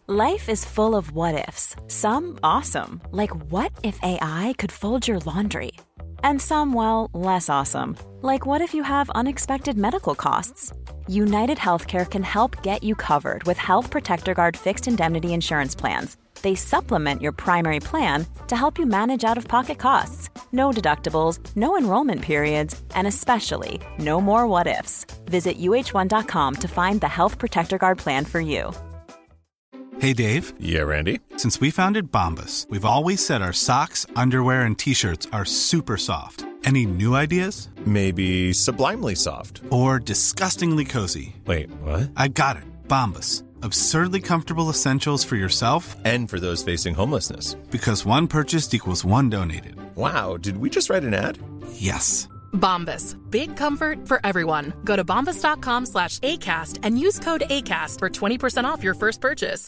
Life is full of what-ifs. Some awesome, like what if AI could fold your laundry? And some, well, less awesome, like what if you have unexpected medical costs? United Healthcare can help get you covered with Health Protector Guard fixed indemnity insurance plans. They supplement your primary plan to help you manage out-of-pocket costs. No deductibles, no enrollment periods, and especially no more what-ifs. Visit uh1.com to find the Health Protector Guard plan for you. Hey, Dave. Yeah, Randy. Since we founded Bombas, we've always said our socks, underwear, and T-shirts are super soft. Any new ideas? Maybe sublimely soft. Or disgustingly cozy. Wait, what? I got it. Bombas. Absurdly comfortable essentials for yourself and for those facing homelessness. Because one purchased equals one donated. Wow, did we just write an ad? Yes. Bombas. Big comfort for everyone. Go to bombas.com/ACAST and use code ACAST for 20% off your first purchase.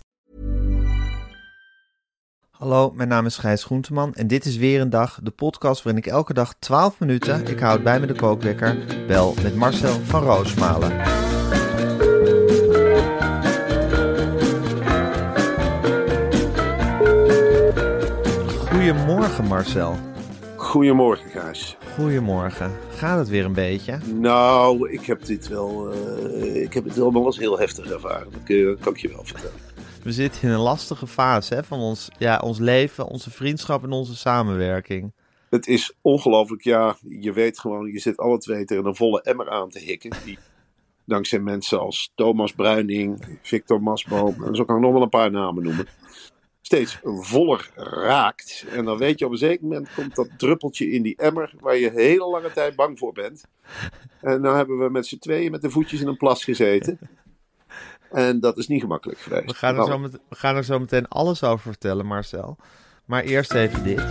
Hallo, mijn naam is Gijs Groenteman en dit is weer een dag, de podcast waarin ik elke dag 12 minuten, ik houd bij me de kookwekker, bel met Marcel van Roosmalen. Goedemorgen Marcel. Goedemorgen Gijs. Goedemorgen. Gaat het weer een beetje? Nou, ik heb dit wel wel eens heel heftig ervaren. Dat kan ik je wel vertellen. We zitten in een lastige fase hè, van ons leven, onze vriendschap en onze samenwerking. Het is ongelooflijk, ja. Je weet gewoon, je zit alle twee tegen een volle emmer aan te hikken. Die, dankzij mensen als Thomas Bruining, Victor Masboom, en zo kan ik nog wel een paar namen noemen, steeds voller raakt. En dan weet je, op een zeker moment komt dat druppeltje in die emmer waar je hele lange tijd bang voor bent. En nou hebben we met z'n tweeën met de voetjes in een plas gezeten. En dat is niet gemakkelijk geweest. We gaan er zo meteen alles over vertellen, Marcel. Maar eerst even dit.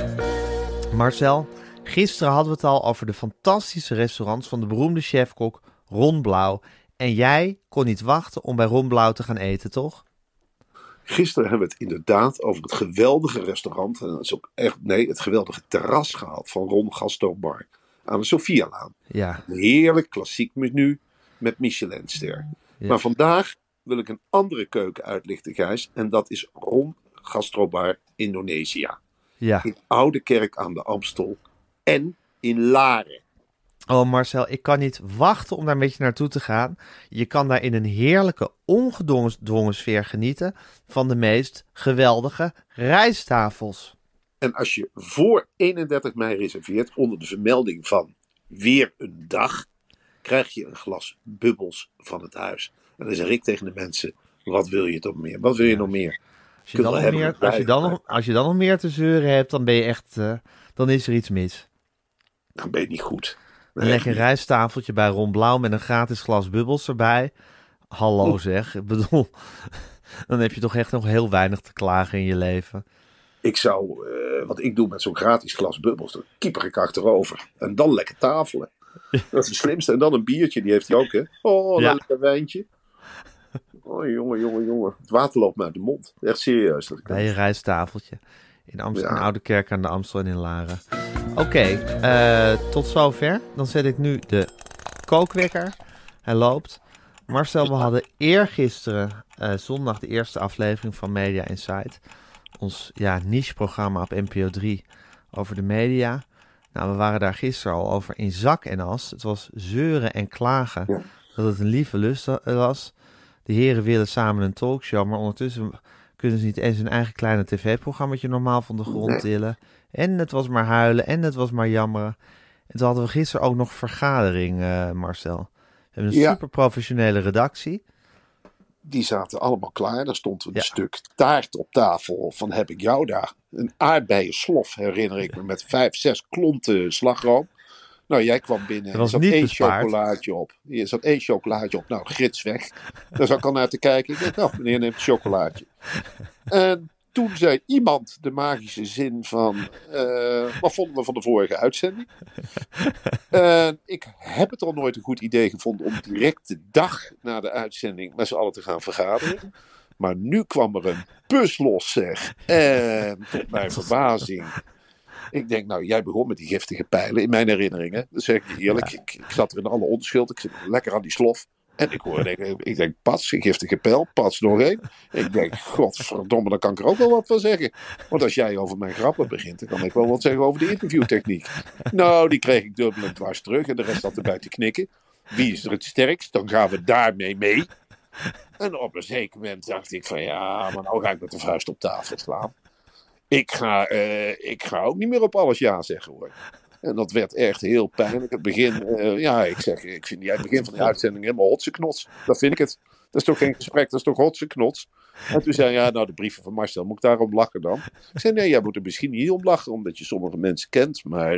Marcel, gisteren hadden we het al over de fantastische restaurants van de beroemde chefkok Ron Blauw. En jij kon niet wachten om bij Ron Blauw te gaan eten, toch? Gisteren hebben we het inderdaad over het geweldige restaurant. En dat is ook echt, het geweldige terras gehad van Ron Gastrobar aan de Sophialaan. Ja. Een heerlijk klassiek menu met Michelinster. Ja. Maar vandaag wil ik een andere keuken uitlichten, Gijs. En dat is Ron Gastrobar Indonesië. Ja. In Oude Kerk aan de Amstel en in Laren. Oh Marcel, ik kan niet wachten om daar met je naartoe te gaan. Je kan daar in een heerlijke, ongedwongen sfeer genieten van de meest geweldige rijsttafels. En als je voor 31 mei reserveert onder de vermelding van weer een dag, krijg je een glas bubbels van het huis. En dan zeg ik tegen de mensen, wat wil je toch meer? Wat wil je nog meer? Als je dan nog meer te zeuren hebt, dan ben je echt, dan is er iets mis. Dan ben je niet goed. Een lekker rijsttafeltje bij Ron Blauw met een gratis glas bubbels erbij. Hallo zeg, ik bedoel, dan heb je toch echt nog heel weinig te klagen in je leven. Ik zou, wat ik doe met zo'n gratis glas bubbels, dan kieper ik achterover. En dan lekker tafelen. Dat is het slimste. En dan een biertje, die heeft hij ook, hè. Oh, een lekker wijntje. Oh, jongen. Het water loopt me uit de mond. Echt serieus. Bij je rijsttafeltje. In Amsterdam, in Oude Kerk aan de Amstel en in Laren. Oké, tot zover. Dan zet ik nu de kookwekker. Hij loopt. Marcel, we hadden eergisteren, zondag, de eerste aflevering van Media Insight. Ons niche-programma op NPO 3 over de media. Nou, we waren daar gisteren al over in zak en as. Het was zeuren en klagen dat het een lieve lust was. De heren willen samen een talkshow, maar ondertussen kunnen ze niet eens hun eigen kleine tv-programmaatje normaal van de grond tillen. En het was maar huilen en het was maar jammeren. En toen hadden we gisteren ook nog vergadering, Marcel. We hebben een super professionele redactie. Die zaten allemaal klaar. Daar stond een stuk taart op tafel van heb ik jou daar. Een aardbeien slof herinner ik me met 5, 6 klonten slagroom. Nou, jij kwam binnen en er zat één chocolaatje op. Er zat 1 chocolaatje op. Nou, grits weg. Daar zat ik al naar te kijken. Ik dacht, nou, meneer neemt een chocolaatje. En toen zei iemand de magische zin van, wat vonden we van de vorige uitzending? Ik heb het al nooit een goed idee gevonden om direct de dag na de uitzending met z'n allen te gaan vergaderen. Maar nu kwam er een bus los, zeg. En tot mijn verbazing. Ik denk, nou, jij begon met die giftige pijlen in mijn herinneringen. Dat zeg ik heerlijk. Ja. Ik zat er in alle onschuld. Ik zit lekker aan die slof. En ik denk, Pats, giftige pijl, Pats nog één. Ik denk, godverdomme, daar kan ik er ook wel wat van zeggen. Want als jij over mijn grappen begint, dan kan ik wel wat zeggen over de interviewtechniek. Nou, die kreeg ik dubbel en dwars terug en de rest zat erbij te knikken. Wie is er het sterkst? Dan gaan we daarmee mee. En op een zeker moment dacht ik van, ja, maar nou ga ik met de vuist op tafel slaan. Ik ga ook niet meer op alles ja zeggen, hoor. En dat werd echt heel pijnlijk. Het begin, ik vind het begin van de uitzending helemaal hotseknots. Dat vind ik het. Dat is toch geen gesprek, dat is toch hotseknots. En toen zei hij, de brieven van Marcel, moet ik daarom lachen dan? Ik zei, nee, jij moet er misschien niet om lachen, omdat je sommige mensen kent. Maar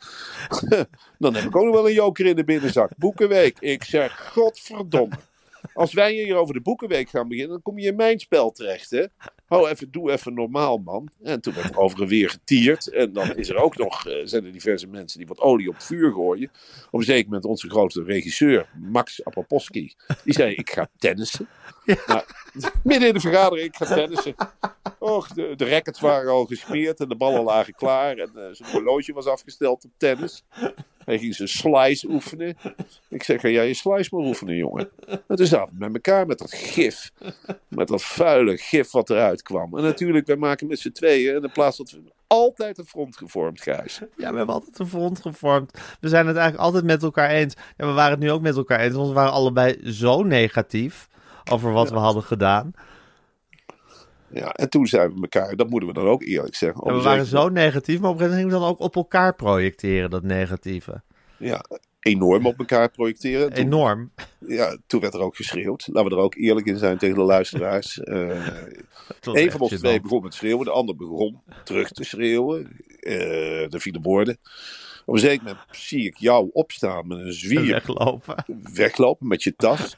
dan heb ik ook nog wel een joker in de binnenzak. Boekenweek. Ik zeg, godverdomme. Als wij hier over de Boekenweek gaan beginnen, dan kom je in mijn spel terecht, hè? Doe even normaal, man. En toen werd er over en weer getierd. En dan is er ook nog, zijn er diverse mensen die wat olie op het vuur gooien. Op een zeker moment onze grote regisseur, Max Apaposki, die zei, ik ga tennissen. Ja. Nou, midden in de vergadering, ik ga tennissen. Och, de rackets waren al gesmeerd en de ballen lagen klaar. En zijn horloge was afgesteld op tennis. Hij ging zijn slice oefenen. Ik zeg, ga jij je slice maar oefenen, jongen. En toen zaten we met elkaar met dat gif. Met dat vuile gif wat eruit kwam. En natuurlijk, wij maken met z'n tweeën. En in plaats dat we altijd een front gevormd, Gijs. Ja, we hebben altijd een front gevormd. We zijn het eigenlijk altijd met elkaar eens. Ja, we waren het nu ook met elkaar eens. Want we waren allebei zo negatief over wat we hadden gedaan. Ja, en toen zijn we elkaar, dat moeten we dan ook eerlijk zeggen. Ja, we waren zo negatief, maar op een gegeven moment gingen we dan ook op elkaar projecteren, dat negatieve. Ja, enorm op elkaar projecteren. Enorm. Ja, toen werd er ook geschreeuwd. Laten we er ook eerlijk in zijn tegen de luisteraars. Een van ons twee begon met schreeuwen, de ander begon terug te schreeuwen. Er vielen woorden. Op een zeker moment zie ik jou opstaan met een zwier. Weglopen met je tas.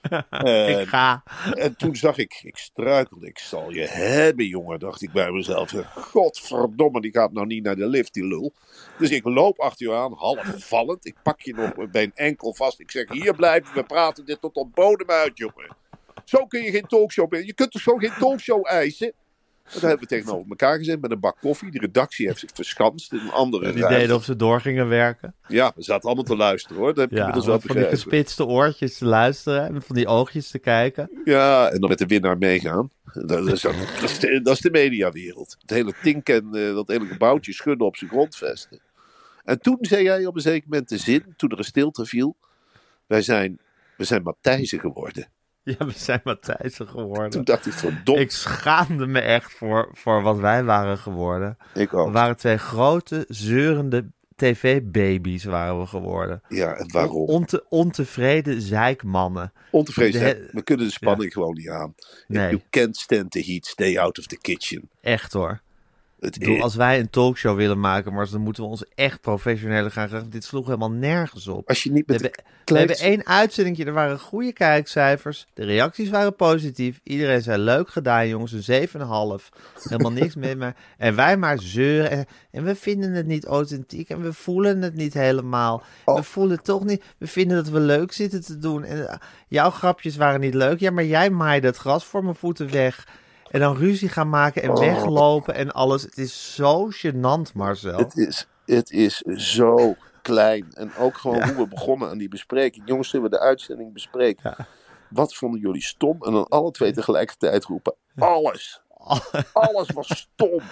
Ik ga. En toen zag ik struikelde, ik zal je hebben, jongen, dacht ik bij mezelf. Godverdomme, die gaat nou niet naar de lift, die lul. Dus ik loop achter je aan, half vallend. Ik pak je nog bij een enkel vast. Ik zeg, hier blijven we praten dit tot op bodem uit, jongen. Zo kun je geen talkshow doen. Je kunt toch zo geen talkshow eisen? Dat hebben we tegenover elkaar gezet met een bak koffie. De redactie heeft zich verschanst in een andere ruimte. Die deden of ze door gingen werken. Ja, we zaten allemaal te luisteren, hoor. Dat heb je inmiddels wel van die gespitste oortjes te luisteren en van die oogjes te kijken. Ja, en dan met de winnaar meegaan. Dat is de mediawereld. Het hele tink en dat hele gebouwtje schudden op zijn grondvesten. En toen zei jij op een zeker moment de zin, toen er een stilte viel. We zijn Matthijsen geworden. Ja, we zijn Matthijsen geworden. Toen dacht ik, verdomd. Ik schaamde me echt voor wat wij waren geworden. Ik ook. We waren twee grote, zeurende tv-baby's waren we geworden. Ja, en waarom? Ontevreden zeikmannen. Ontevreden, we kunnen de spanning gewoon niet aan. Nee. You can't stand the heat, stay out of the kitchen. Echt hoor. Als wij een talkshow willen maken, maar dan moeten we ons echt professioneel gaan krijgen. Dit sloeg helemaal nergens op. Als je niet met we hebben 1 uitzendingje, er waren goede kijkcijfers. De reacties waren positief. Iedereen zei, leuk gedaan jongens, een 7,5. Helemaal niks meer. En wij maar zeuren. En we vinden het niet authentiek en we voelen het niet helemaal. Oh. We voelen het toch niet. We vinden dat we leuk zitten te doen. En jouw grapjes waren niet leuk. Ja, maar jij maaide het gras voor mijn voeten weg. En dan ruzie gaan maken en weglopen en alles. Het is zo gênant, Marcel. Het is zo klein. En ook gewoon hoe we begonnen aan die bespreking. Jongens, zullen we de uitzending bespreken? Ja. Wat vonden jullie stom? En dan alle twee tegelijkertijd roepen. Alles. Alles was stom.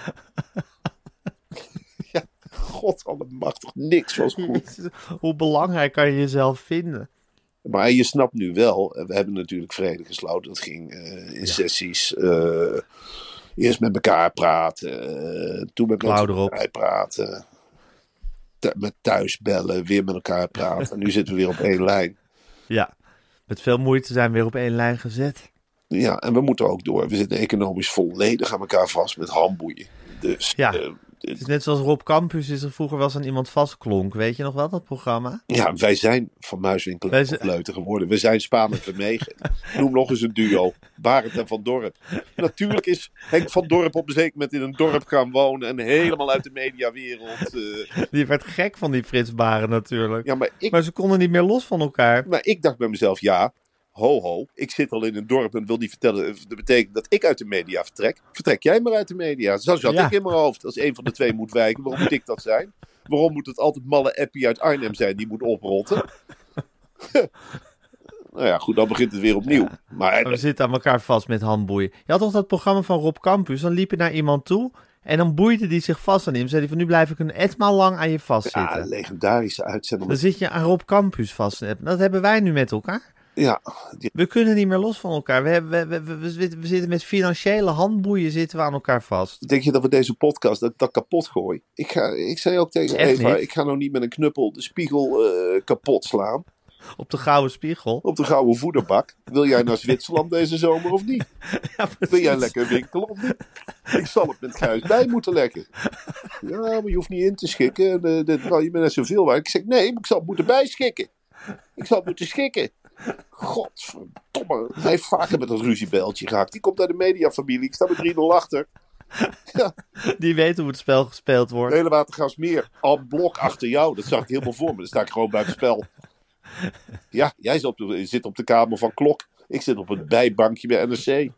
Ja, god allemachtig. Niks was goed. Hoe belangrijk kan je jezelf vinden? Maar je snapt nu wel, we hebben natuurlijk vrede gesloten. Dat ging in sessies. Eerst met elkaar praten. Toen met elkaar praten. Met thuis bellen, weer met elkaar praten. En nu zitten we weer op 1 lijn. Ja, met veel moeite zijn we weer op 1 lijn gezet. Ja, en we moeten ook door. We zitten economisch volledig aan elkaar vast met handboeien. Dus ja. Het is net zoals Rob Campus is er vroeger wel eens aan iemand vastklonk. Weet je nog wel, dat programma? Ja, wij zijn van Muiswinkel en Vleuten geworden. We zijn Spaan en Vermegen. Noem nog eens een duo. Barend en Van Dorp. Natuurlijk is Henk van Dorp op een zeker moment in een dorp gaan wonen. En helemaal uit de mediawereld. Die werd gek van die Frits Barend natuurlijk. Ja, maar ze konden niet meer los van elkaar. Maar ik dacht bij mezelf, ja... Ho, ik zit al in een dorp en wil niet vertellen. Dat betekent dat ik uit de media vertrek. Vertrek jij maar uit de media. Zo zat ik in mijn hoofd. Als een van de twee moet wijken, waarom moet ik dat zijn? Waarom moet het altijd malle Appie uit Arnhem zijn die moet oprotten? Nou ja, goed, dan begint het weer opnieuw. Ja. Maar We zitten aan elkaar vast met handboeien. Je had toch dat programma van Rob Campus? Dan liep je naar iemand toe en dan boeide die zich vast aan hem. Dan zei hij van, nu blijf ik een etmaal lang aan je vastzitten. ja, legendarische uitzending. Dan zit je aan Rob Campus vast. Dat hebben wij nu met elkaar. Ja, We kunnen niet meer los van elkaar. We zitten met financiële handboeien zitten we aan elkaar vast. denk je dat we deze podcast dat kapot gooien? Ik zei ook tegen Echt Eva, niet? ik ga nou niet met een knuppel de spiegel kapot slaan. Op de gouden spiegel. Op de gouden voederbak. Wil jij naar Zwitserland deze zomer of niet? Ja, precies. Wil jij lekker winkelen of niet? Ik zal het met Gijs bij moeten leggen. Ja, maar je hoeft niet in te schikken. Je bent net zoveel waard. Ik zeg, nee, maar ik zal het moeten bijschikken. Ik zal het moeten schikken. Godverdomme. Hij heeft vaker met een ruziebeltje gehakt. Die komt uit de mediafamilie. Ik sta met 3-0 achter. Ja, Die weten hoe het spel gespeeld wordt. hele Watergasmeer. Al blok achter jou. Dat zag ik helemaal voor me. Dan sta ik gewoon buiten spel. Ja, jij zit op de kamer van Klok. Ik zit op het bijbankje bij NRC.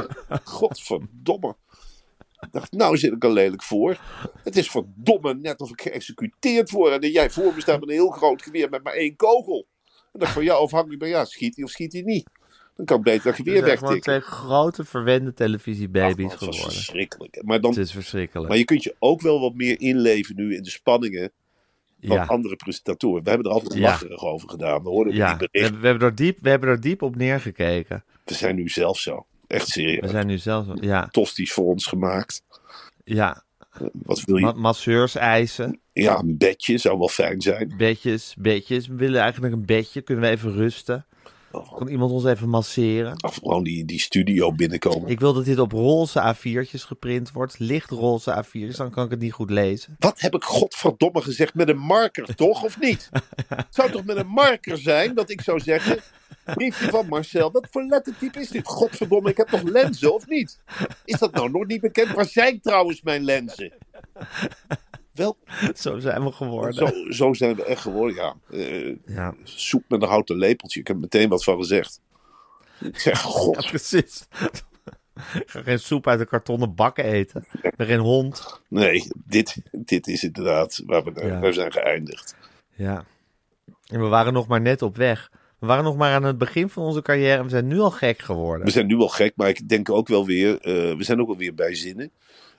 Godverdomme. Ik dacht, nou zit ik er lelijk voor. Het is verdomme net of ik geëxecuteerd word. En dat jij voor me staat met een heel groot geweer met maar 1 kogel. En dat van jou afhankelijk ben, ja, schiet hij of schiet hij niet. Dan kan ik beter dat geweer Het zijn gewoon wegtikken. 2 grote verwende televisiebaby's Ach, dat was geworden. verschrikkelijk. Het is verschrikkelijk. Maar je kunt je ook wel wat meer inleven nu in de spanningen van Ja. andere presentatoren. We hebben er altijd Ja. lacherig over gedaan. We hoorden Ja, die we berichten. hebben er diep op neergekeken. We zijn nu zelf zo. Echt serieus. We zijn nu zelfs... Ja, Tosties voor ons gemaakt. ja. Wat wil je? Masseurs eisen. Ja, een bedje zou wel fijn zijn. Bedjes. We willen eigenlijk een bedje. Kunnen we even rusten? Kan iemand ons even masseren? Of gewoon die studio binnenkomen. Ik wil dat dit op roze A4'tjes geprint wordt. Lichtroze A4'tjes, dan kan ik het niet goed lezen. Wat heb ik godverdomme gezegd met een marker, toch? Of niet? Het zou toch met een marker zijn dat ik zou zeggen... Briefje van Marcel, wat voor lettertype is dit? Godverdomme, ik heb toch lenzen, of niet? Is dat nou nog niet bekend? Waar zijn trouwens mijn lenzen? Wel, Zo zijn we geworden. zo zijn we echt geworden, ja. Ja. Soep met een houten lepeltje, ik heb er meteen wat van gezegd. Ik zeg, Ja, god, precies. Ik ga geen soep uit een kartonnen bak eten. Ik ben geen hond. nee, dit is inderdaad waar we zijn geëindigd. Ja. En we waren nog maar net op weg. We waren nog maar aan het begin van onze carrière en we zijn nu al gek geworden. We zijn nu al gek, maar ik denk ook wel weer, we zijn ook wel weer bij zinnen.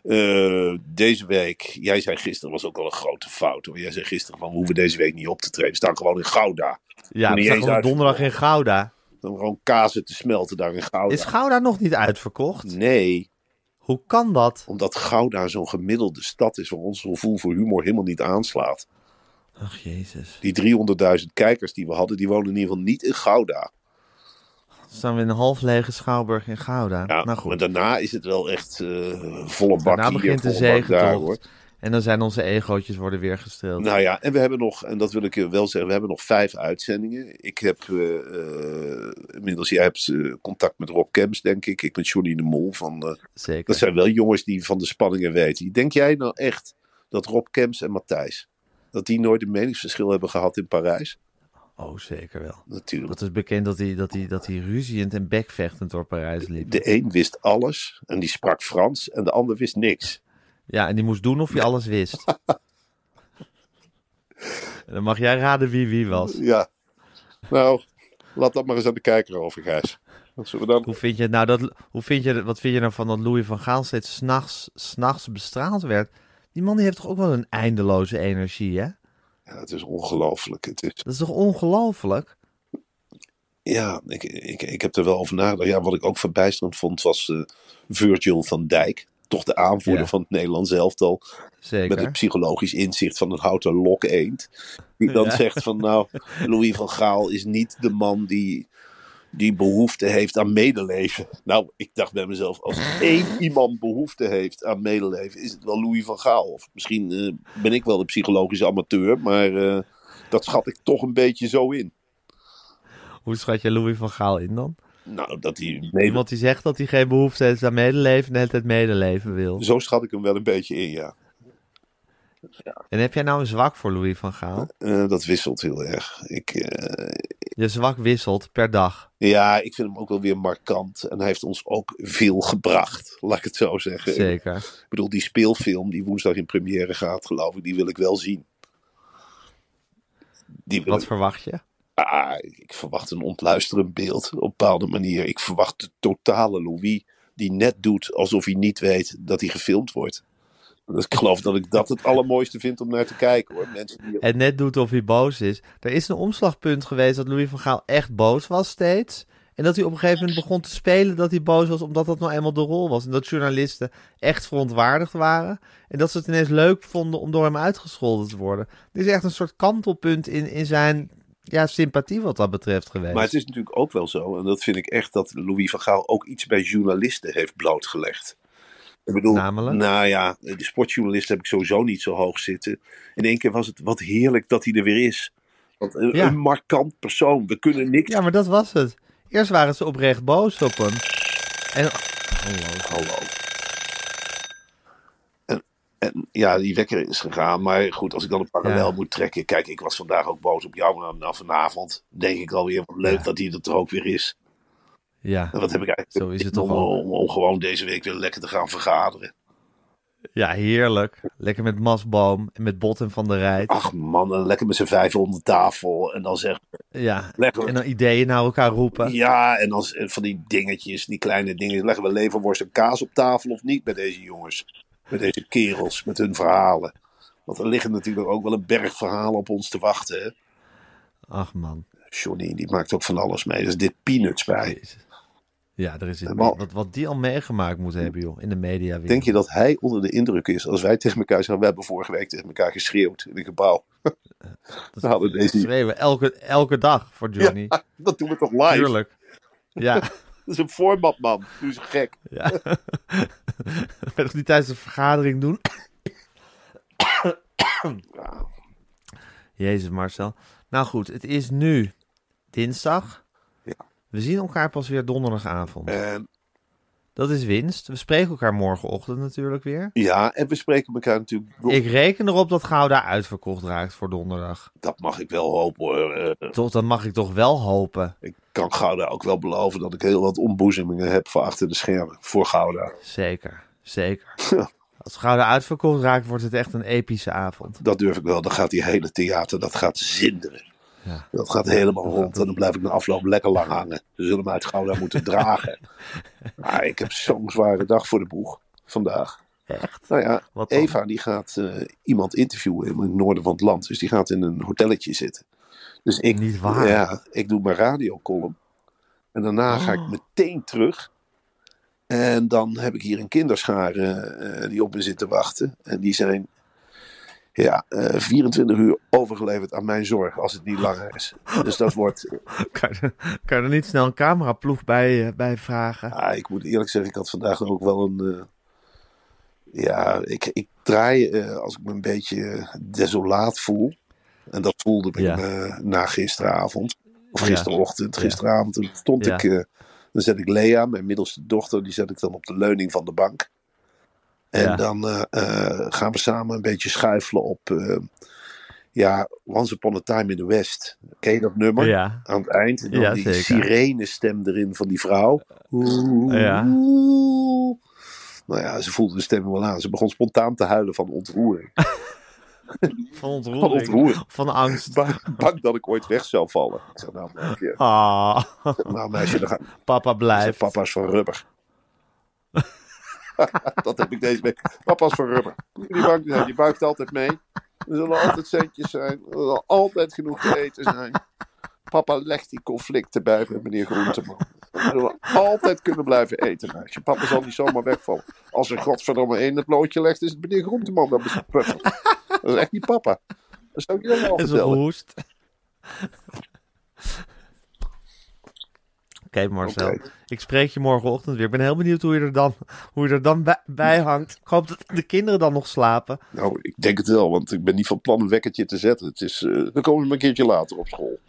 Deze week, jij zei gisteren, was ook wel een grote fout hoor. Jij zei gisteren van, we hoeven deze week niet op te treden. We staan gewoon in Gouda. Ja, we niet zijn eens gewoon donderdag in uitverkocht. Gouda. Dan gewoon kazen te smelten daar in Gouda. Is Gouda nog niet uitverkocht? Nee, Hoe kan dat? omdat Gouda zo'n gemiddelde stad is waar ons gevoel voor humor helemaal niet aanslaat. Ach, jezus. Die 300.000 kijkers die we hadden, die wonen in ieder geval niet in Gouda. Dan staan we in een half lege schouwburg in Gouda. Ja, Nou maar goed. daarna is het wel echt volle bak Daarna hier, begint de volle bak daar, hoor. zegentocht. En dan zijn onze egootjes worden weer gestreeld. Nou ja, en we hebben nog, en dat wil ik wel zeggen, we hebben nog 5 uitzendingen. Ik heb inmiddels, jij hebt contact met Rob Kemps, denk ik. Ik met Johnny de Mol. Zeker. Dat zijn wel jongens die van de spanningen weten. Denk jij nou echt dat Rob Kemps en Matthijs, dat die nooit een meningsverschil hebben gehad in Parijs? Oh, zeker wel. Natuurlijk. Dat is bekend dat hij ruziend en bekvechtend door Parijs liep. De een wist alles en die sprak Frans en de ander wist niks. Ja, en die moest doen of hij alles wist. En dan mag jij raden wie was. Ja. Nou, laat dat maar eens aan de kijker over, Gijs. Zullen we dan... Hoe vind je het nou wat vind je nou van dat Louis van Gaal steeds 's nachts bestraald werd? Die man die heeft toch ook wel een eindeloze energie, hè? Ja, het is ongelooflijk. Het is... Dat is toch ongelooflijk? Ja, ik heb er wel over nagedacht. Ja, wat ik ook verbijsterend vond was Virgil van Dijk. Toch de aanvoerder van het Nederlands elftal. Zeker. Met het psychologisch inzicht van een houten lokeend. Die dan zegt van nou, Louis van Gaal is niet de man die behoefte heeft aan medeleven. Nou, ik dacht bij mezelf, als één iemand behoefte heeft aan medeleven, is het wel Louis van Gaal. Of misschien ben ik wel de psychologische amateur, maar dat schat ik toch een beetje zo in. Hoe schat je Louis van Gaal in dan? Nou, dat hij... Iemand die zegt dat hij geen behoefte heeft aan medeleven en de hele tijd medeleven wil. Zo schat ik hem wel een beetje in, ja. En heb jij nou een zwak voor Louis van Gaal? Dat wisselt heel erg. Je zwak wisselt per dag. Ja, ik vind hem ook wel weer markant. En hij heeft ons ook veel gebracht, laat ik het zo zeggen. Zeker. Ik bedoel, die speelfilm die woensdag in première gaat, geloof ik, die wil ik wel zien. Wat verwacht je? Ik verwacht een ontluisterend beeld op een bepaalde manier. Ik verwacht de totale Louis die net doet alsof hij niet weet dat hij gefilmd wordt. Dus ik geloof dat ik dat het allermooiste vind om naar te kijken, hoor. Mensen die... En net doet of hij boos is. Er is een omslagpunt geweest dat Louis van Gaal echt boos was steeds. En dat hij op een gegeven moment begon te spelen dat hij boos was, omdat dat nou eenmaal de rol was. En dat journalisten echt verontwaardigd waren. En dat ze het ineens leuk vonden om door hem uitgescholden te worden. Dit is echt een soort kantelpunt in zijn sympathie wat dat betreft geweest. Maar het is natuurlijk ook wel zo, en dat vind ik echt, dat Louis van Gaal ook iets bij journalisten heeft blootgelegd. Ik bedoel, namelijk? Nou ja, de sportjournalisten heb ik sowieso niet zo hoog zitten. In één keer was het wat heerlijk dat hij er weer is. Want een markant persoon, we kunnen niks... Ja, maar dat was het. Eerst waren ze oprecht boos op hem. En... Hallo. En ja, die wekker is gegaan. Maar goed, als ik dan een parallel moet trekken. Kijk, ik was vandaag ook boos op jou. Maar vanavond denk ik alweer wat leuk dat hij er toch ook weer is. Ja, en wat heb ik eigenlijk zo is het toch om gewoon deze week weer lekker te gaan vergaderen. Ja, heerlijk. Lekker met Masboom en met Bot en Van der Rijt. Ach man, en lekker met z'n 5 om de tafel. En dan zeggen ja, lekker. En dan ideeën naar elkaar roepen. Ja, en dan van die dingetjes, die kleine dingen. Leggen we leverworst en kaas op tafel of niet bij deze jongens? Met deze kerels, met hun verhalen. Want er liggen natuurlijk ook wel een berg verhalen op ons te wachten, hè? Ach man. Johnny, die maakt ook van alles mee. Er is dit peanuts bij. Jezus. Ja, er is wat die al meegemaakt moet hebben, joh, in de media. Denk je dat hij onder de indruk is als wij tegen elkaar zeggen, we hebben vorige week tegen elkaar geschreeuwd in een gebouw? Dat schreeuwen elke dag voor Johnny. Ja, dat doen we toch live? Tuurlijk. Ja. Dat is een format, man. Nu is het gek. Ja. Ga je toch niet tijdens de vergadering doen? Ja. Jezus, Marcel. Nou goed, het is nu dinsdag. Ja. We zien elkaar pas weer donderdagavond. En... Dat is winst. We spreken elkaar morgenochtend natuurlijk weer. Ja, en we spreken elkaar natuurlijk... Ik reken erop dat Gouda uitverkocht raakt voor donderdag. Dat mag ik wel hopen, hoor. Dat mag ik toch wel hopen. Ik kan Gouda ook wel beloven dat ik heel wat ontboezemingen heb voor achter de schermen. Voor Gouda. Zeker. Als Gouda uitverkocht raakt, wordt het echt een epische avond. Dat durf ik wel. Dan gaat die hele theater, dat gaat zinderen. Ja. Dat gaat helemaal rond. En dan blijf ik na afloop lekker lang hangen. Ze zullen me uit Gouda moeten dragen. Maar ik heb zo'n zware dag voor de boeg vandaag. Echt? Nou ja, Wat dan? Eva die gaat iemand interviewen in het noorden van het land. Dus die gaat in een hotelletje zitten. Dus Niet waar? Ja, ik doe mijn radiocolumn. En daarna ga ik meteen terug. En dan heb ik hier een kinderschare die op me zit te wachten. En die zijn 24 uur overgeleverd aan mijn zorg als het niet langer is. Dus dat wordt... Kan je er niet snel een cameraploeg bij vragen? Ik moet eerlijk zeggen, ik had vandaag ook wel een... ik draai als ik me een beetje desolaat voel. En dat voelde ik na gisteravond. Of gisterochtend. Gisteravond stond ik... Dan zet ik Lea, mijn middelste dochter, die zet ik dan op de leuning van de bank. En dan gaan we samen een beetje schuifelen op Once Upon a Time in the West. Ken je dat nummer? Ja. Aan het eind. En dan die sirene-stem erin van die vrouw. Ja. Nou ja, ze voelde de stem wel aan. Ze begon spontaan te huilen van ontroering. Van ontroering. Van angst. Bang dat ik ooit weg zou vallen. Ik zeg, nou meisje. Nou meisje, dan gaat... Papa blijft. Papa is van rubber. Dat heb ik deze week. Papa is van rubber. Die buigt altijd mee. Er zullen altijd centjes zijn. Er zal altijd genoeg te eten zijn. Papa legt die conflicten bij met meneer Groenteman. We zullen altijd kunnen blijven eten, meisje. Papa zal niet zomaar wegvallen. Als er godverdomme één het loodje legt, is het meneer Groenteman. Dat is het puffel. Dat is echt niet papa. Dat zou ik je wel vertellen. Hoest. Oké, Marcel. Okay. Ik spreek je morgenochtend weer. Ik ben heel benieuwd hoe je er dan bij hangt. Ik hoop dat de kinderen dan nog slapen. Nou, ik denk het wel, want ik ben niet van plan een wekkertje te zetten. Het is, dan komen we een keertje later op school.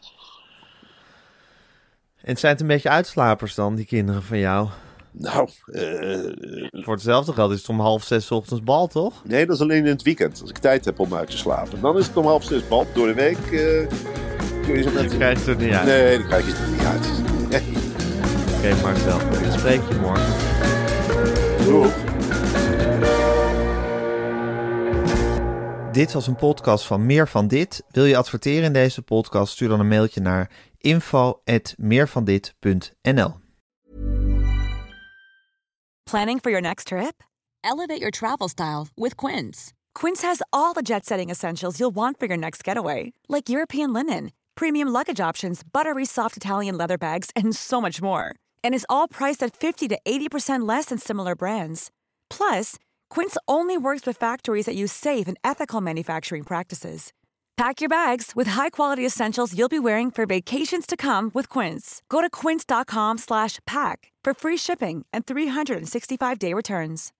En zijn het een beetje uitslapers dan, die kinderen van jou? Nou, voor hetzelfde geld is het om 5:30 ochtends bal, toch? Nee, dat is alleen in het weekend. Als ik tijd heb om uit te slapen. Dan is het om 5:30 bal. Door de week kun je zo net... Je krijgt het er niet uit. Nee, dan krijg je het er niet uit. Oké, Marcel. Dan spreek je morgen. Doei. Dit was een podcast van Meer van Dit. Wil je adverteren in deze podcast? Stuur dan een mailtje naar info@meervandit.nl. Planning for your next trip? Elevate your travel style with Quince. Quince has all the jet-setting essentials you'll want for your next getaway, like European linen, premium luggage options, buttery soft Italian leather bags, and so much more. And is all priced at 50 to 80% less than similar brands. Plus, Quince only works with factories that use safe and ethical manufacturing practices. Pack your bags with high-quality essentials you'll be wearing for vacations to come with Quince. Go to quince.com/pack for free shipping and 365-day returns.